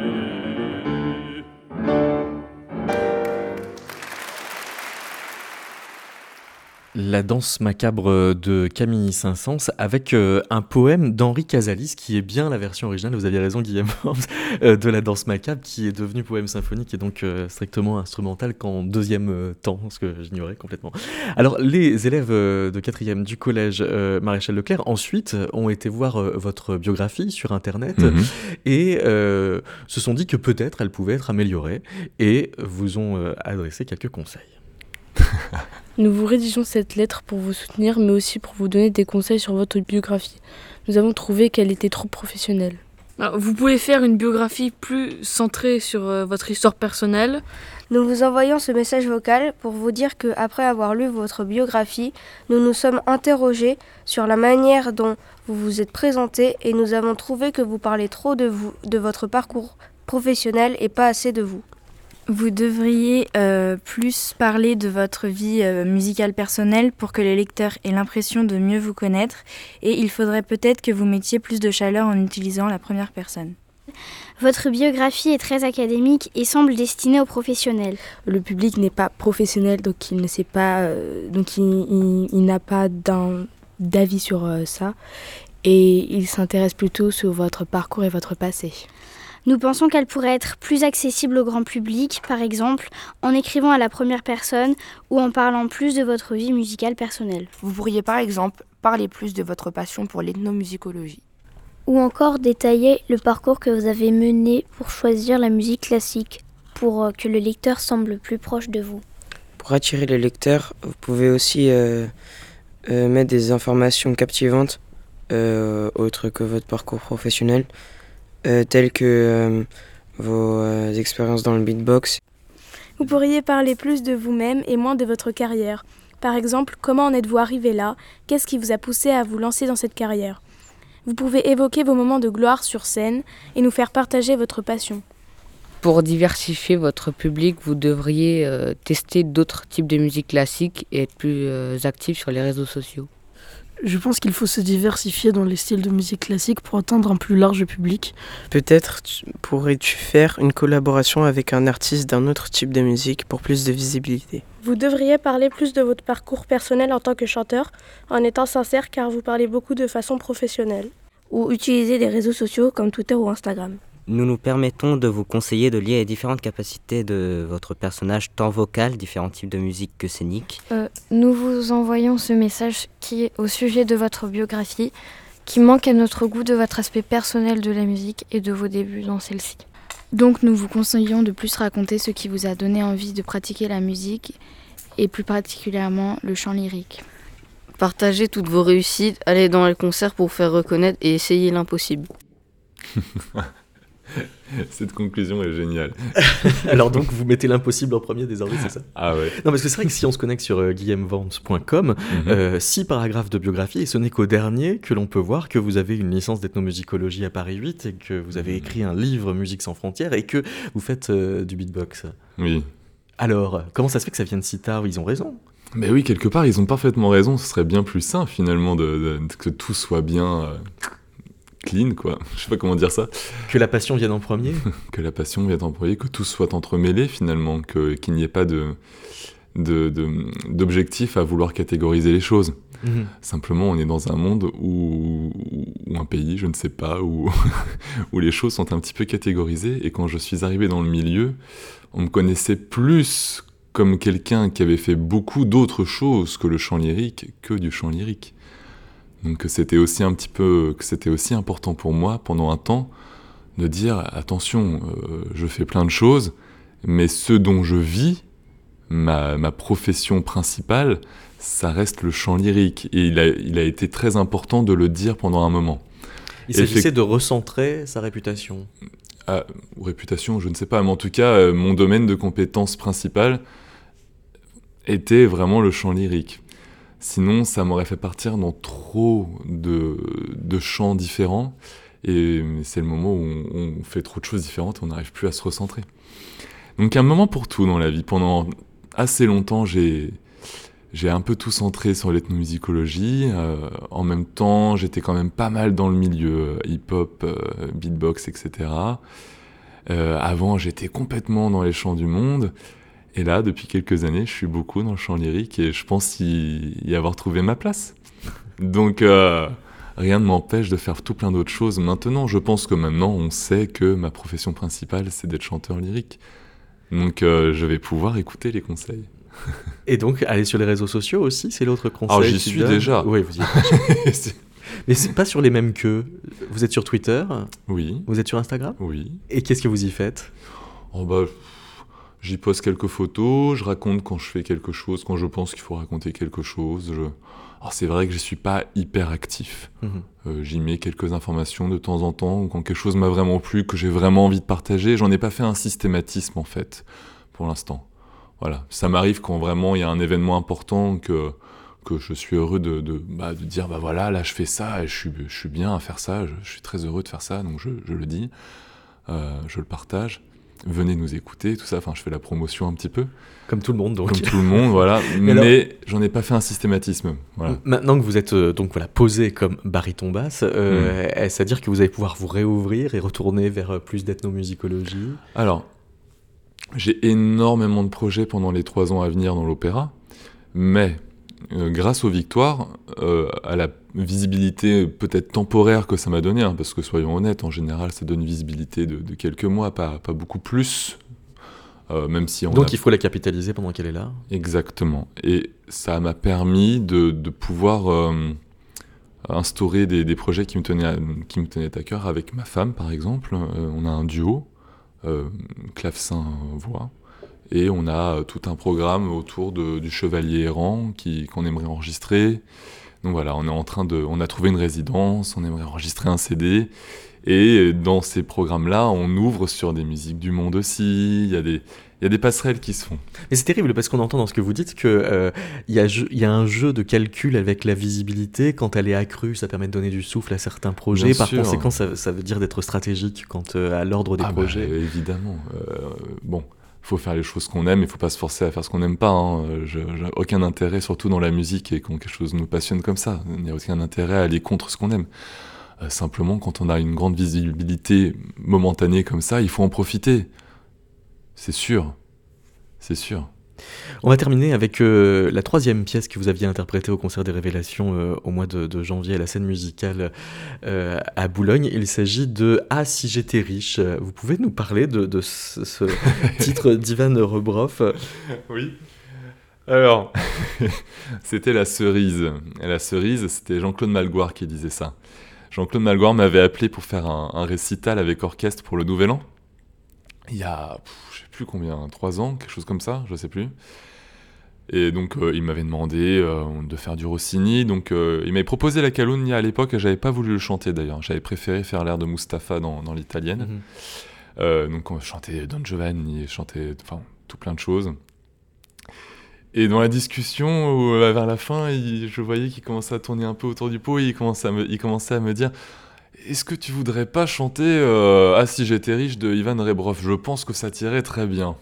La danse macabre de Camille Saint-Saëns avec euh, un poème d'Henri Casalis qui est bien la version originale, vous aviez raison Guillaume, euh, de la danse macabre qui est devenue poème symphonique et donc euh, strictement instrumental qu'en deuxième euh, temps, ce que j'ignorais complètement. Alors les élèves euh, de quatrième du collège euh, Maréchal Leclerc ensuite ont été voir euh, votre biographie sur internet mm-hmm. et euh, se sont dit que peut-être elle pouvait être améliorée et vous ont euh, adressé quelques conseils. Nous vous rédigeons cette lettre pour vous soutenir, mais aussi pour vous donner des conseils sur votre biographie. Nous avons trouvé qu'elle était trop professionnelle. Vous pouvez faire une biographie plus centrée sur euh, votre histoire personnelle. Nous vous envoyons ce message vocal pour vous dire qu'après avoir lu votre biographie, nous nous sommes interrogés sur la manière dont vous vous êtes présenté et nous avons trouvé que vous parlez trop de vous, de votre parcours professionnel et pas assez de vous. Vous devriez euh, plus parler de votre vie euh, musicale personnelle pour que les lecteurs aient l'impression de mieux vous connaître et il faudrait peut-être que vous mettiez plus de chaleur en utilisant la première personne. Votre biographie est très académique et semble destinée aux professionnels. Le public n'est pas professionnel, donc il ne sait pas, euh, donc il, il, il n'a pas d'un, d'avis sur euh, ça et il s'intéresse plutôt sur votre parcours et votre passé. Nous pensons qu'elle pourrait être plus accessible au grand public, par exemple en écrivant à la première personne ou en parlant plus de votre vie musicale personnelle. Vous pourriez par exemple parler plus de votre passion pour l'ethnomusicologie. Ou encore détailler le parcours que vous avez mené pour choisir la musique classique, pour que le lecteur semble plus proche de vous. Pour attirer le lecteur, vous pouvez aussi euh, euh, mettre des informations captivantes, euh, autres que votre parcours professionnel. Euh, telles que euh, vos euh, expériences dans le beatbox. Vous pourriez parler plus de vous-même et moins de votre carrière. Par exemple, comment en êtes-vous arrivé là ? Qu'est-ce qui vous a poussé à vous lancer dans cette carrière ? Vous pouvez évoquer vos moments de gloire sur scène et nous faire partager votre passion. Pour diversifier votre public, vous devriez euh, tester d'autres types de musique classique et être plus euh, actif sur les réseaux sociaux. Je pense qu'il faut se diversifier dans les styles de musique classique pour atteindre un plus large public. Peut-être pourrais-tu faire une collaboration avec un artiste d'un autre type de musique pour plus de visibilité. Vous devriez parler plus de votre parcours personnel en tant que chanteur, en étant sincère car vous parlez beaucoup de façon professionnelle. Ou utiliser les réseaux sociaux comme Twitter ou Instagram. Nous nous permettons de vous conseiller de lier les différentes capacités de votre personnage, tant vocal, différents types de musique que scénique. Euh, nous vous envoyons ce message qui est au sujet de votre biographie, qui manque à notre goût de votre aspect personnel de la musique et de vos débuts dans celle-ci. Donc nous vous conseillons de plus raconter ce qui vous a donné envie de pratiquer la musique et plus particulièrement le chant lyrique. Partagez toutes vos réussites, allez dans les concerts pour vous faire reconnaître et essayez l'impossible. Cette conclusion est géniale. Alors donc vous mettez l'impossible en premier désormais, c'est ça ? Ah ouais. Non parce que c'est vrai que si on se connecte sur euh, guillaume vance point com, mm-hmm. euh, six paragraphes de biographie et ce n'est qu'au dernier que l'on peut voir que vous avez une licence d'ethnomusicologie à Paris huit et que vous avez écrit un livre Musique sans frontières et que vous faites euh, du beatbox. Oui. Alors comment ça se fait que ça vienne si tard ? Ils ont raison. Mais oui, quelque part ils ont parfaitement raison, ce serait bien plus sain finalement de, de, que tout soit bien... Euh... clean, quoi. Je sais pas comment dire ça. Que la passion vienne en premier. Que la passion vienne en premier, que tout soit entremêlé, finalement, que, qu'il n'y ait pas de, de, de, d'objectif à vouloir catégoriser les choses. Mm-hmm. Simplement, on est dans un monde où, ou un pays, je ne sais pas, où, où les choses sont un petit peu catégorisées. Et quand je suis arrivé dans le milieu, on me connaissait plus comme quelqu'un qui avait fait beaucoup d'autres choses que le chant lyrique, que du chant lyrique. Donc c'était aussi un petit peu, que c'était aussi important pour moi pendant un temps de dire attention, euh, je fais plein de choses, mais ce dont je vis, ma, ma profession principale, ça reste le chant lyrique. Et il a, il a été très important de le dire pendant un moment. Il s'agissait fait... de recentrer sa réputation. Ah, réputation, je ne sais pas, mais en tout cas, euh, mon domaine de compétence principale était vraiment le chant lyrique. Sinon, ça m'aurait fait partir dans trop de, de chants différents. Et c'est le moment où on, on fait trop de choses différentes et on n'arrive plus à se recentrer. Donc, un moment pour tout dans la vie. Pendant assez longtemps, j'ai, j'ai un peu tout centré sur l'ethnomusicologie. Euh, en même temps, j'étais quand même pas mal dans le milieu hip-hop, euh, beatbox, et cetera. Euh, avant, j'étais complètement dans les chants du monde. Et là, depuis quelques années, je suis beaucoup dans le chant lyrique et je pense y, y avoir trouvé ma place. Donc, euh, rien ne m'empêche de faire tout plein d'autres choses maintenant. Je pense que maintenant, on sait que ma profession principale, c'est d'être chanteur lyrique. Donc, euh, je vais pouvoir écouter les conseils. Et donc, aller sur les réseaux sociaux aussi, c'est l'autre conseil. Alors, j'y suis donne. déjà. Oui, vous y êtes déjà. Mais c'est pas sur les mêmes qu'eux. Vous êtes sur Twitter ? Oui. Vous êtes sur Instagram ? Oui. Et qu'est-ce que vous y faites ? Oh bah, j'y poste quelques photos, je raconte quand je fais quelque chose, quand je pense qu'il faut raconter quelque chose. Je... Alors c'est vrai que je suis pas hyper actif. Mmh. Euh, j'y mets quelques informations de temps en temps, ou quand quelque chose m'a vraiment plu, que j'ai vraiment envie de partager. J'en ai pas fait un systématisme en fait, pour l'instant. Voilà. Ça m'arrive quand vraiment il y a un événement important que... que je suis heureux de, de, bah, de dire, bah voilà, là je fais ça et je suis, je suis bien à faire ça, je, je suis très heureux de faire ça, donc je, je le dis, euh, je le partage. Venez nous écouter, tout ça, enfin je fais la promotion un petit peu. Comme tout le monde donc. Comme tout le monde, voilà, mais, mais alors, j'en ai pas fait un systématisme. Voilà. Maintenant que vous êtes euh, donc voilà, posé comme baryton basse, euh, mm. est-ce à dire que vous allez pouvoir vous réouvrir et retourner vers plus d'ethnomusicologie ? Alors, j'ai énormément de projets pendant les trois ans à venir dans l'opéra, mais... Euh, grâce aux victoires, euh, à la visibilité peut-être temporaire que ça m'a donné, hein, parce que soyons honnêtes, en général ça donne une visibilité de, de quelques mois, pas, pas beaucoup plus, euh, même si on Donc a... il faut la capitaliser pendant qu'elle est là. Exactement, et ça m'a permis de, de pouvoir euh, instaurer des, des projets qui me, tenaient à, qui me tenaient à cœur avec ma femme par exemple. Euh, on a un duo, euh, clavecin-voix. Et on a tout un programme autour de, du Chevalier errant qui, qu'on aimerait enregistrer. Donc voilà, on est en train de, on a trouvé une résidence, on aimerait enregistrer un C D. Et dans ces programmes-là, on ouvre sur des musiques du monde aussi. Il y a des, il y a des passerelles qui se font. Mais c'est terrible parce qu'on entend dans ce que vous dites qu'il euh, y, y a un jeu de calcul avec la visibilité. Quand elle est accrue, ça permet de donner du souffle à certains projets. Bien Par sûr. conséquent, ça, ça veut dire d'être stratégique quant euh, à l'ordre des ah projets. Bah, évidemment. Euh, bon. Il faut faire les choses qu'on aime, il ne faut pas se forcer à faire ce qu'on n'aime pas. Hein. Je n'ai aucun intérêt, surtout dans la musique, et quand quelque chose nous passionne comme ça. Il n'y a aucun intérêt à aller contre ce qu'on aime. Euh, simplement, quand on a une grande visibilité momentanée comme ça, il faut en profiter. C'est sûr. C'est sûr. On va terminer avec euh, la troisième pièce que vous aviez interprétée au Concert des Révélations euh, au mois de, de janvier à la scène musicale euh, à Boulogne. Il s'agit de « Ah, si j'étais riche ». Vous pouvez nous parler de, de ce, ce titre d'Ivan Rebroff ? Oui. Alors, c'était la cerise. Et la cerise, c'était Jean-Claude Malgoire qui disait ça. Jean-Claude Malgoire m'avait appelé pour faire un, un récital avec orchestre pour le Nouvel An. Il y a... Pff, plus combien, trois ans, quelque chose comme ça, je sais plus. Et donc euh, il m'avait demandé euh, de faire du Rossini, donc euh, il m'avait proposé la Calunnia à l'époque et j'avais pas voulu le chanter d'ailleurs, j'avais préféré faire l'air de Mustapha dans, dans l'italienne. Mm-hmm. Euh, donc on chantait Don Giovanni, chantait enfin tout plein de choses. Et dans la discussion, où, euh, vers la fin, il, je voyais qu'il commençait à tourner un peu autour du pot et il commençait à me, il commençait à me dire est-ce que tu voudrais pas chanter euh, Ah si j'étais riche de Ivan Rebroff, je pense que ça tirait très bien.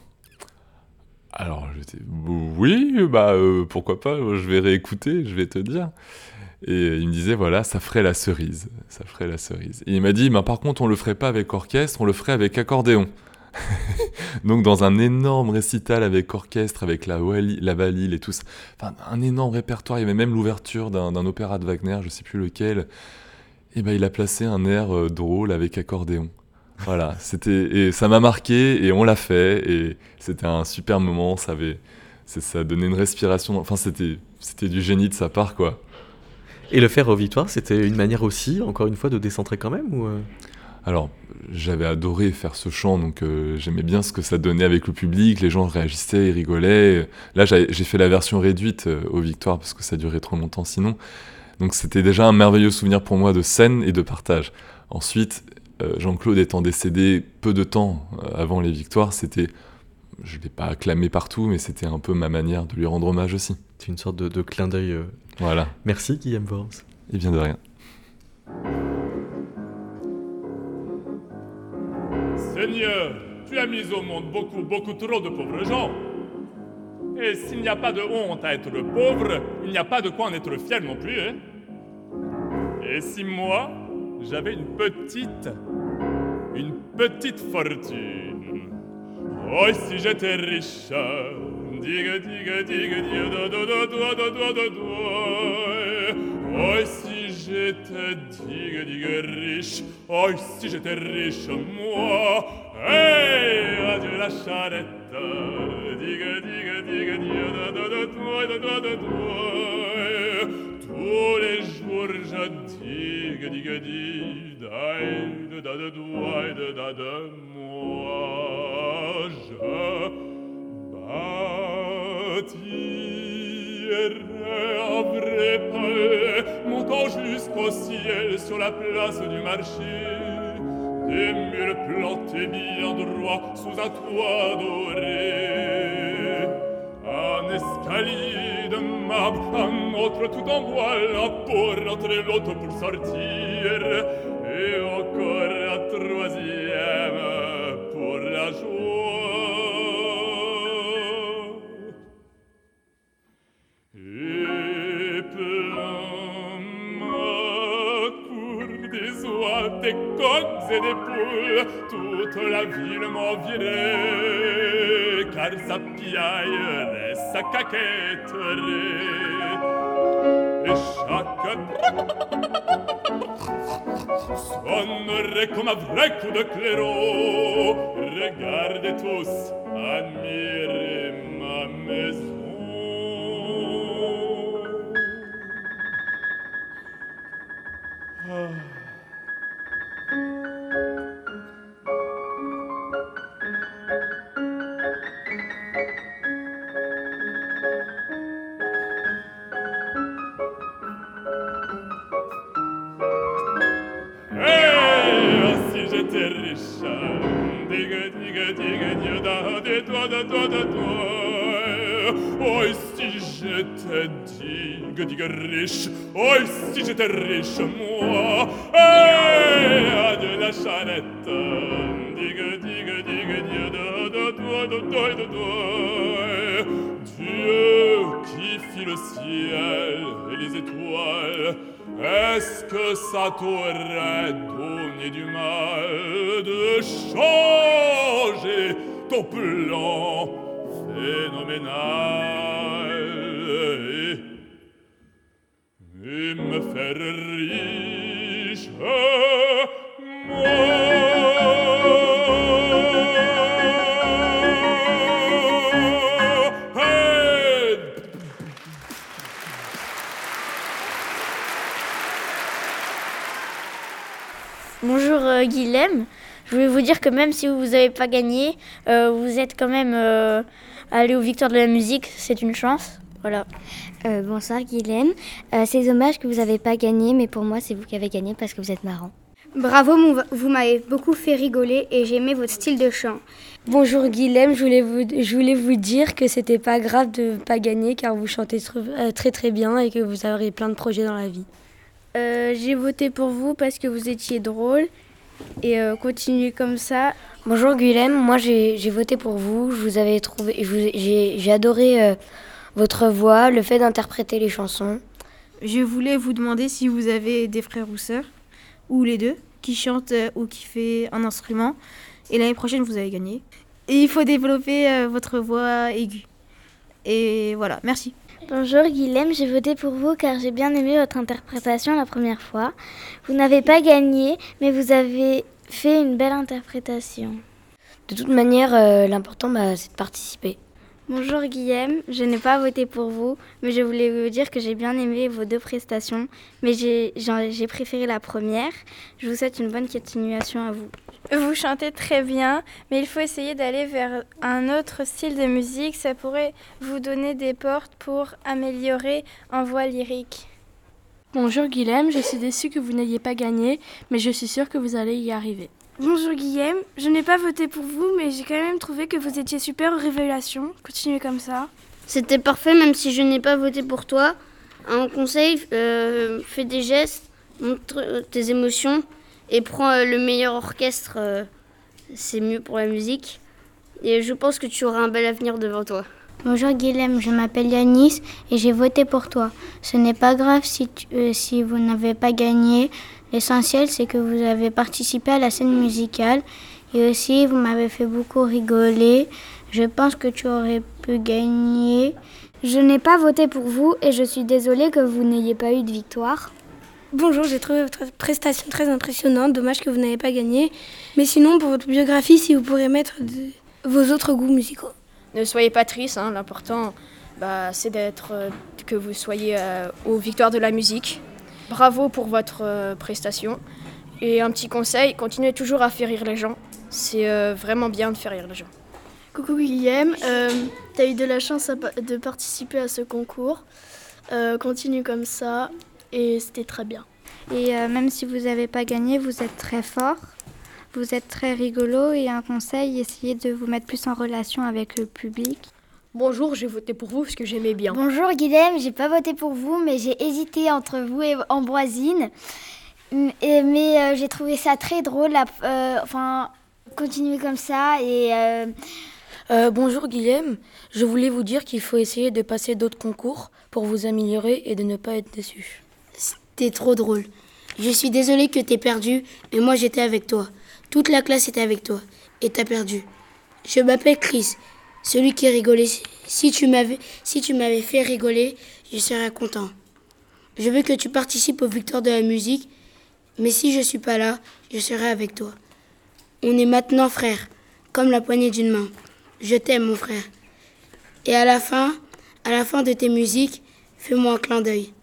Alors j'étais oui, bah euh, pourquoi pas, je vais réécouter, je vais te dire. Et il me disait voilà, ça ferait la cerise, ça ferait la cerise. Et il m'a dit bah, par contre on le ferait pas avec orchestre, on le ferait avec accordéon. Donc dans un énorme récital avec orchestre, avec la Wally, la Valil et tout ça, enfin un énorme répertoire, il y avait même l'ouverture d'un, d'un opéra de Wagner, je sais plus lequel. Et ben il a placé un air euh, drôle avec accordéon. Voilà, c'était et ça m'a marqué et on l'a fait et c'était un super moment. Ça avait, c'est, ça donnait une respiration. Enfin, c'était, c'était du génie de sa part, quoi. Et le faire au Victoire, c'était une manière aussi, encore une fois, de décentrer quand même ou euh... Alors, j'avais adoré faire ce chant, donc euh, j'aimais bien ce que ça donnait avec le public. Les gens réagissaient, ils rigolaient. Là, j'ai, j'ai fait la version réduite euh, au Victoire parce que ça durait trop longtemps sinon. Donc c'était déjà un merveilleux souvenir pour moi de scène et de partage. Ensuite, euh, Jean-Claude étant décédé peu de temps avant les victoires, c'était, je ne l'ai pas acclamé partout, mais c'était un peu ma manière de lui rendre hommage aussi. C'est une sorte de, de clin d'œil. Euh... Voilà. Merci Guillaume Worms. Et bien de rien. Seigneur, tu as mis au monde beaucoup, beaucoup trop de pauvres gens. Et s'il n'y a pas de honte à être pauvre, il n'y a pas de quoi en être fier non plus, hein. Et si moi, j'avais une petite, une petite fortune. Oh, si j'étais riche, digue, digue, digue, digue, do, do, do, do, do, do, do, do. Oh, si j'étais, digue, digue, riche. Oh, si j'étais riche, moi. Hey, adieu la charrette. Digue, digue, digue, digue, do, do, do, do, do, do, do. Tous les jours je digue, digue, digue, da, da, da, da, da, da, moi je bâtirai un vrai palais, montant jusqu'au ciel sur la place du marché, des murs plantés bien droits sous un toit doré, un escalier de marbre, un autre tout en bois, là pour entrer, l'autre pour sortir, et encore un troisième pour la joie. Et plein ma cour des oies, des coqs et des poules, toute la ville m'envirait, car ça piaillerait, ça caquetterait, et chaque sonnerait comme un vrai coup de clairon. Regardez tous, admirez ma maison. Ah. J'étais riche, digue, digue, digue, digue, da, de toi, de toi, de toi. Oh, si j'étais digue, digue, riche, oh, si j'étais riche, moi. Hey, adieu la charrette, digue, digue, digue, digue, da, de toi, de toi, de toi. Dieu qui fit le ciel et les étoiles, est-ce que ça t'aurait donné du mal de changer ton plan phénoménal et, et me faire riche, moi? Bonjour euh, Guilhem, je voulais vous dire que même si vous n'avez pas gagné, euh, vous êtes quand même euh, allé aux Victoires de la musique, c'est une chance. Voilà. Euh, bonsoir Guilhem, euh, c'est dommage que vous n'avez pas gagné, mais pour moi c'est vous qui avez gagné parce que vous êtes marrant. Bravo, vous m'avez beaucoup fait rigoler et j'ai aimé votre style de chant. Bonjour Guilhem, je voulais vous, je voulais vous dire que c'était pas grave de pas gagner car vous chantez très très, très bien et que vous aurez plein de projets dans la vie. Euh, j'ai voté pour vous parce que vous étiez drôle et euh, continuez comme ça. Bonjour Guilhem, moi j'ai, j'ai voté pour vous, je vous avais trouvé, je vous, j'ai, j'ai adoré euh, votre voix, le fait d'interpréter les chansons. Je voulais vous demander si vous avez des frères ou sœurs, ou les deux, qui chantent euh, ou qui fait un instrument, et l'année prochaine vous avez gagné. Et il faut développer euh, votre voix aiguë. Et voilà, merci. Bonjour Guilhem, j'ai voté pour vous car j'ai bien aimé votre interprétation la première fois. Vous n'avez pas gagné, mais vous avez fait une belle interprétation. De toute manière, euh, l'important bah, c'est de participer. Bonjour Guilhem, je n'ai pas voté pour vous, mais je voulais vous dire que j'ai bien aimé vos deux prestations, mais j'ai, j'ai préféré la première. Je vous souhaite une bonne continuation à vous. Vous chantez très bien, mais il faut essayer d'aller vers un autre style de musique. Ça pourrait vous donner des portes pour améliorer en voix lyrique. Bonjour Guilhem, je suis déçue que vous n'ayez pas gagné, mais je suis sûre que vous allez y arriver. Bonjour Guilhem, je n'ai pas voté pour vous, mais j'ai quand même trouvé que vous étiez super aux révélations. Continuez comme ça. C'était parfait, même si je n'ai pas voté pour toi. Un conseil, euh, fais des gestes, montre tes émotions et prends euh, le meilleur orchestre. Euh, c'est mieux pour la musique. Et je pense que tu auras un bel avenir devant toi. Bonjour Guilhem, je m'appelle Yanis et j'ai voté pour toi. Ce n'est pas grave si, tu, euh, si vous n'avez pas gagné. L'essentiel, c'est que vous avez participé à la scène musicale et aussi vous m'avez fait beaucoup rigoler. Je pense que tu aurais pu gagner. Je n'ai pas voté pour vous et je suis désolée que vous n'ayez pas eu de victoire. Bonjour, j'ai trouvé votre prestation très impressionnante. Dommage que vous n'avez pas gagné. Mais sinon, pour votre biographie, si vous pourrez mettre de, vos autres goûts musicaux. Ne soyez pas triste, hein. L'important, bah, c'est d'être, euh, que vous soyez euh, aux victoires de la musique. Bravo pour votre euh, prestation. Et un petit conseil, continuez toujours à faire rire les gens. C'est euh, vraiment bien de faire rire les gens. Coucou Guilhem, euh, tu as eu de la chance à, de participer à ce concours. Euh, continue comme ça et c'était très bien. Et euh, même si vous n'avez pas gagné, vous êtes très fort, vous êtes très rigolo et un conseil, essayez de vous mettre plus en relation avec le public. Bonjour, j'ai voté pour vous parce que j'aimais bien. Bonjour Guilhem, j'ai pas voté pour vous mais j'ai hésité entre vous et Ambroisine. Et, mais euh, j'ai trouvé ça très drôle, euh, enfin, continuez comme ça et... Euh, Euh, bonjour Guilhem, je voulais vous dire qu'il faut essayer de passer d'autres concours pour vous améliorer et de ne pas être déçu. C'était trop drôle. Je suis désolée que t'aies perdu, mais moi j'étais avec toi. Toute la classe était avec toi et t'as perdu. Je m'appelle Chris, celui qui rigolait. Si tu m'avais, si tu m'avais fait rigoler, je serais content. Je veux que tu participes aux victoires de la musique, mais si je suis pas là, je serai avec toi. On est maintenant frères, comme la poignée d'une main. Je t'aime, mon frère. Et à la fin, à la fin de tes musiques, fais-moi un clin d'œil.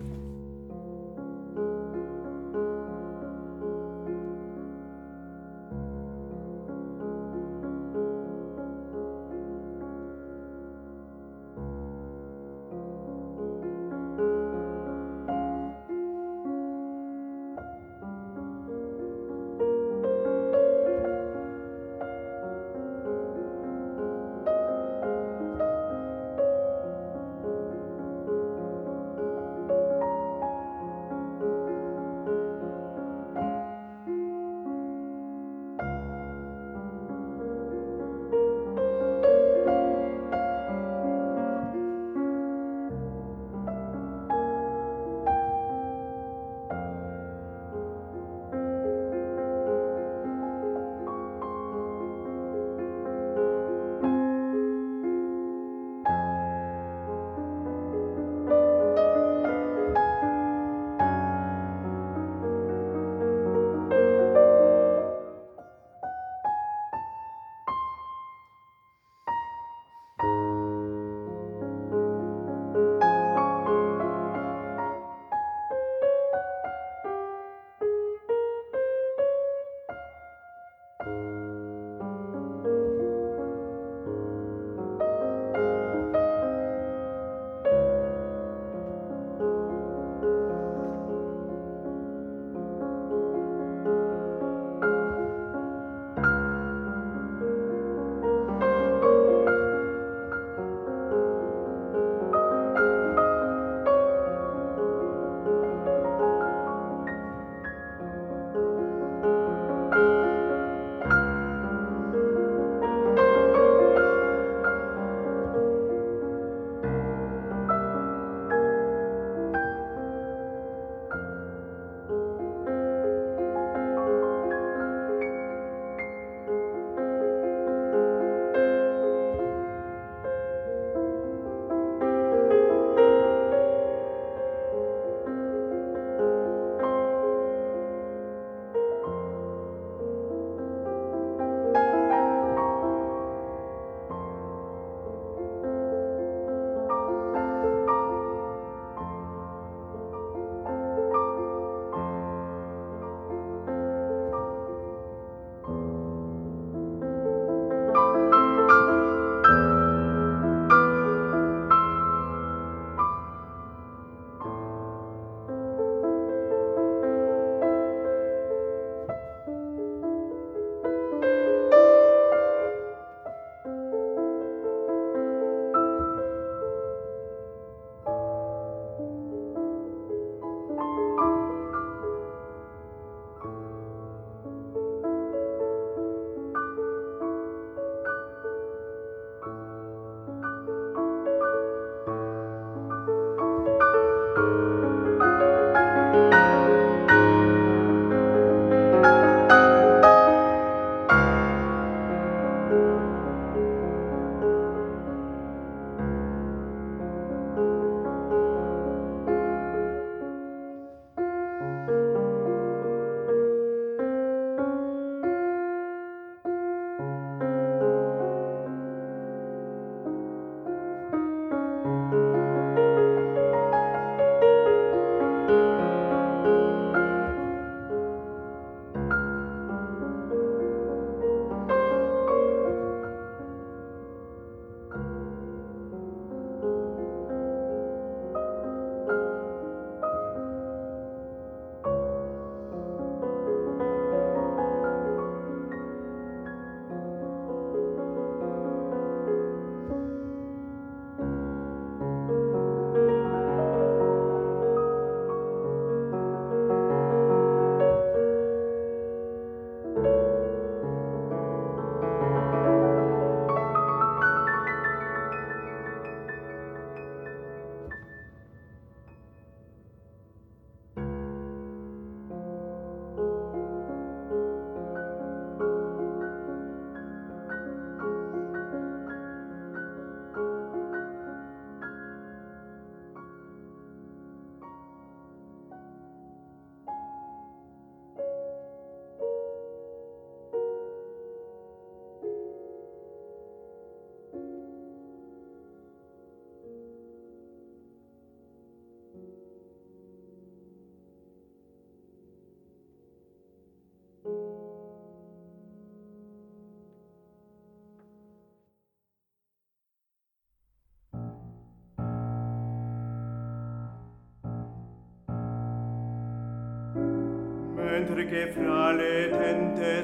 mentre che fra le tente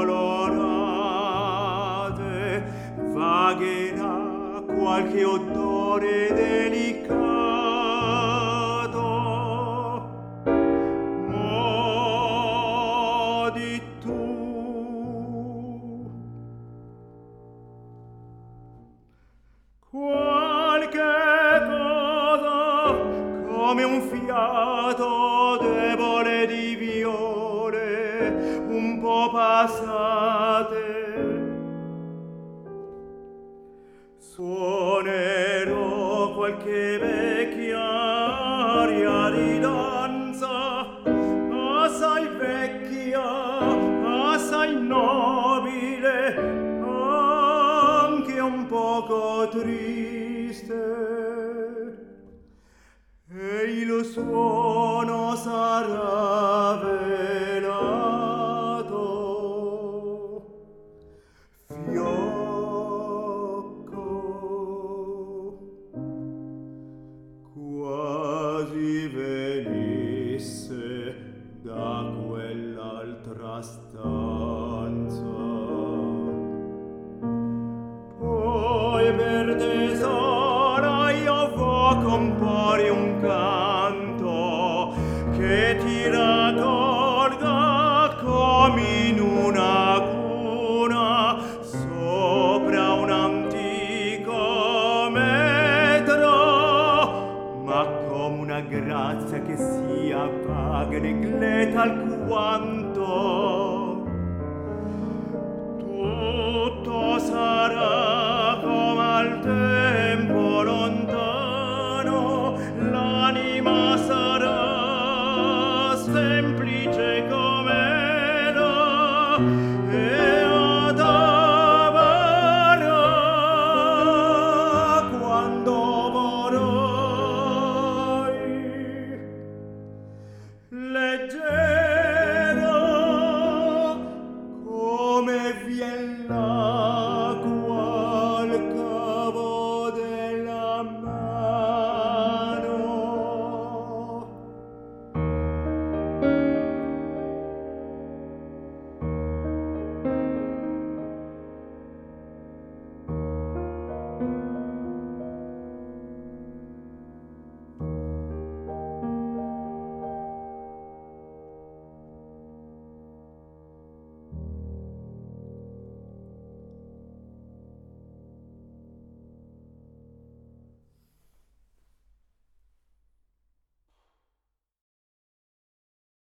scolorate vagherà qualche odore delicato. Modi tu qualche cosa come un fiato debole di viole un po' passate. Suonerò qualche vecchia aria di danza, assai vecchia, assai nobile, anche un poco triste. E il suono sarà velato, fiocco, quasi venisse da quell'altra stanza. Poi per tesora io vo' compori un canto che ti raccolga come in una cuna sopra un antico metro, ma come una grazia che sia vaga e negletta alquanto. Tutto sarà come al tempo lontano, l'anima sarà semplice com'era e adavarà quando vorrai. Leggero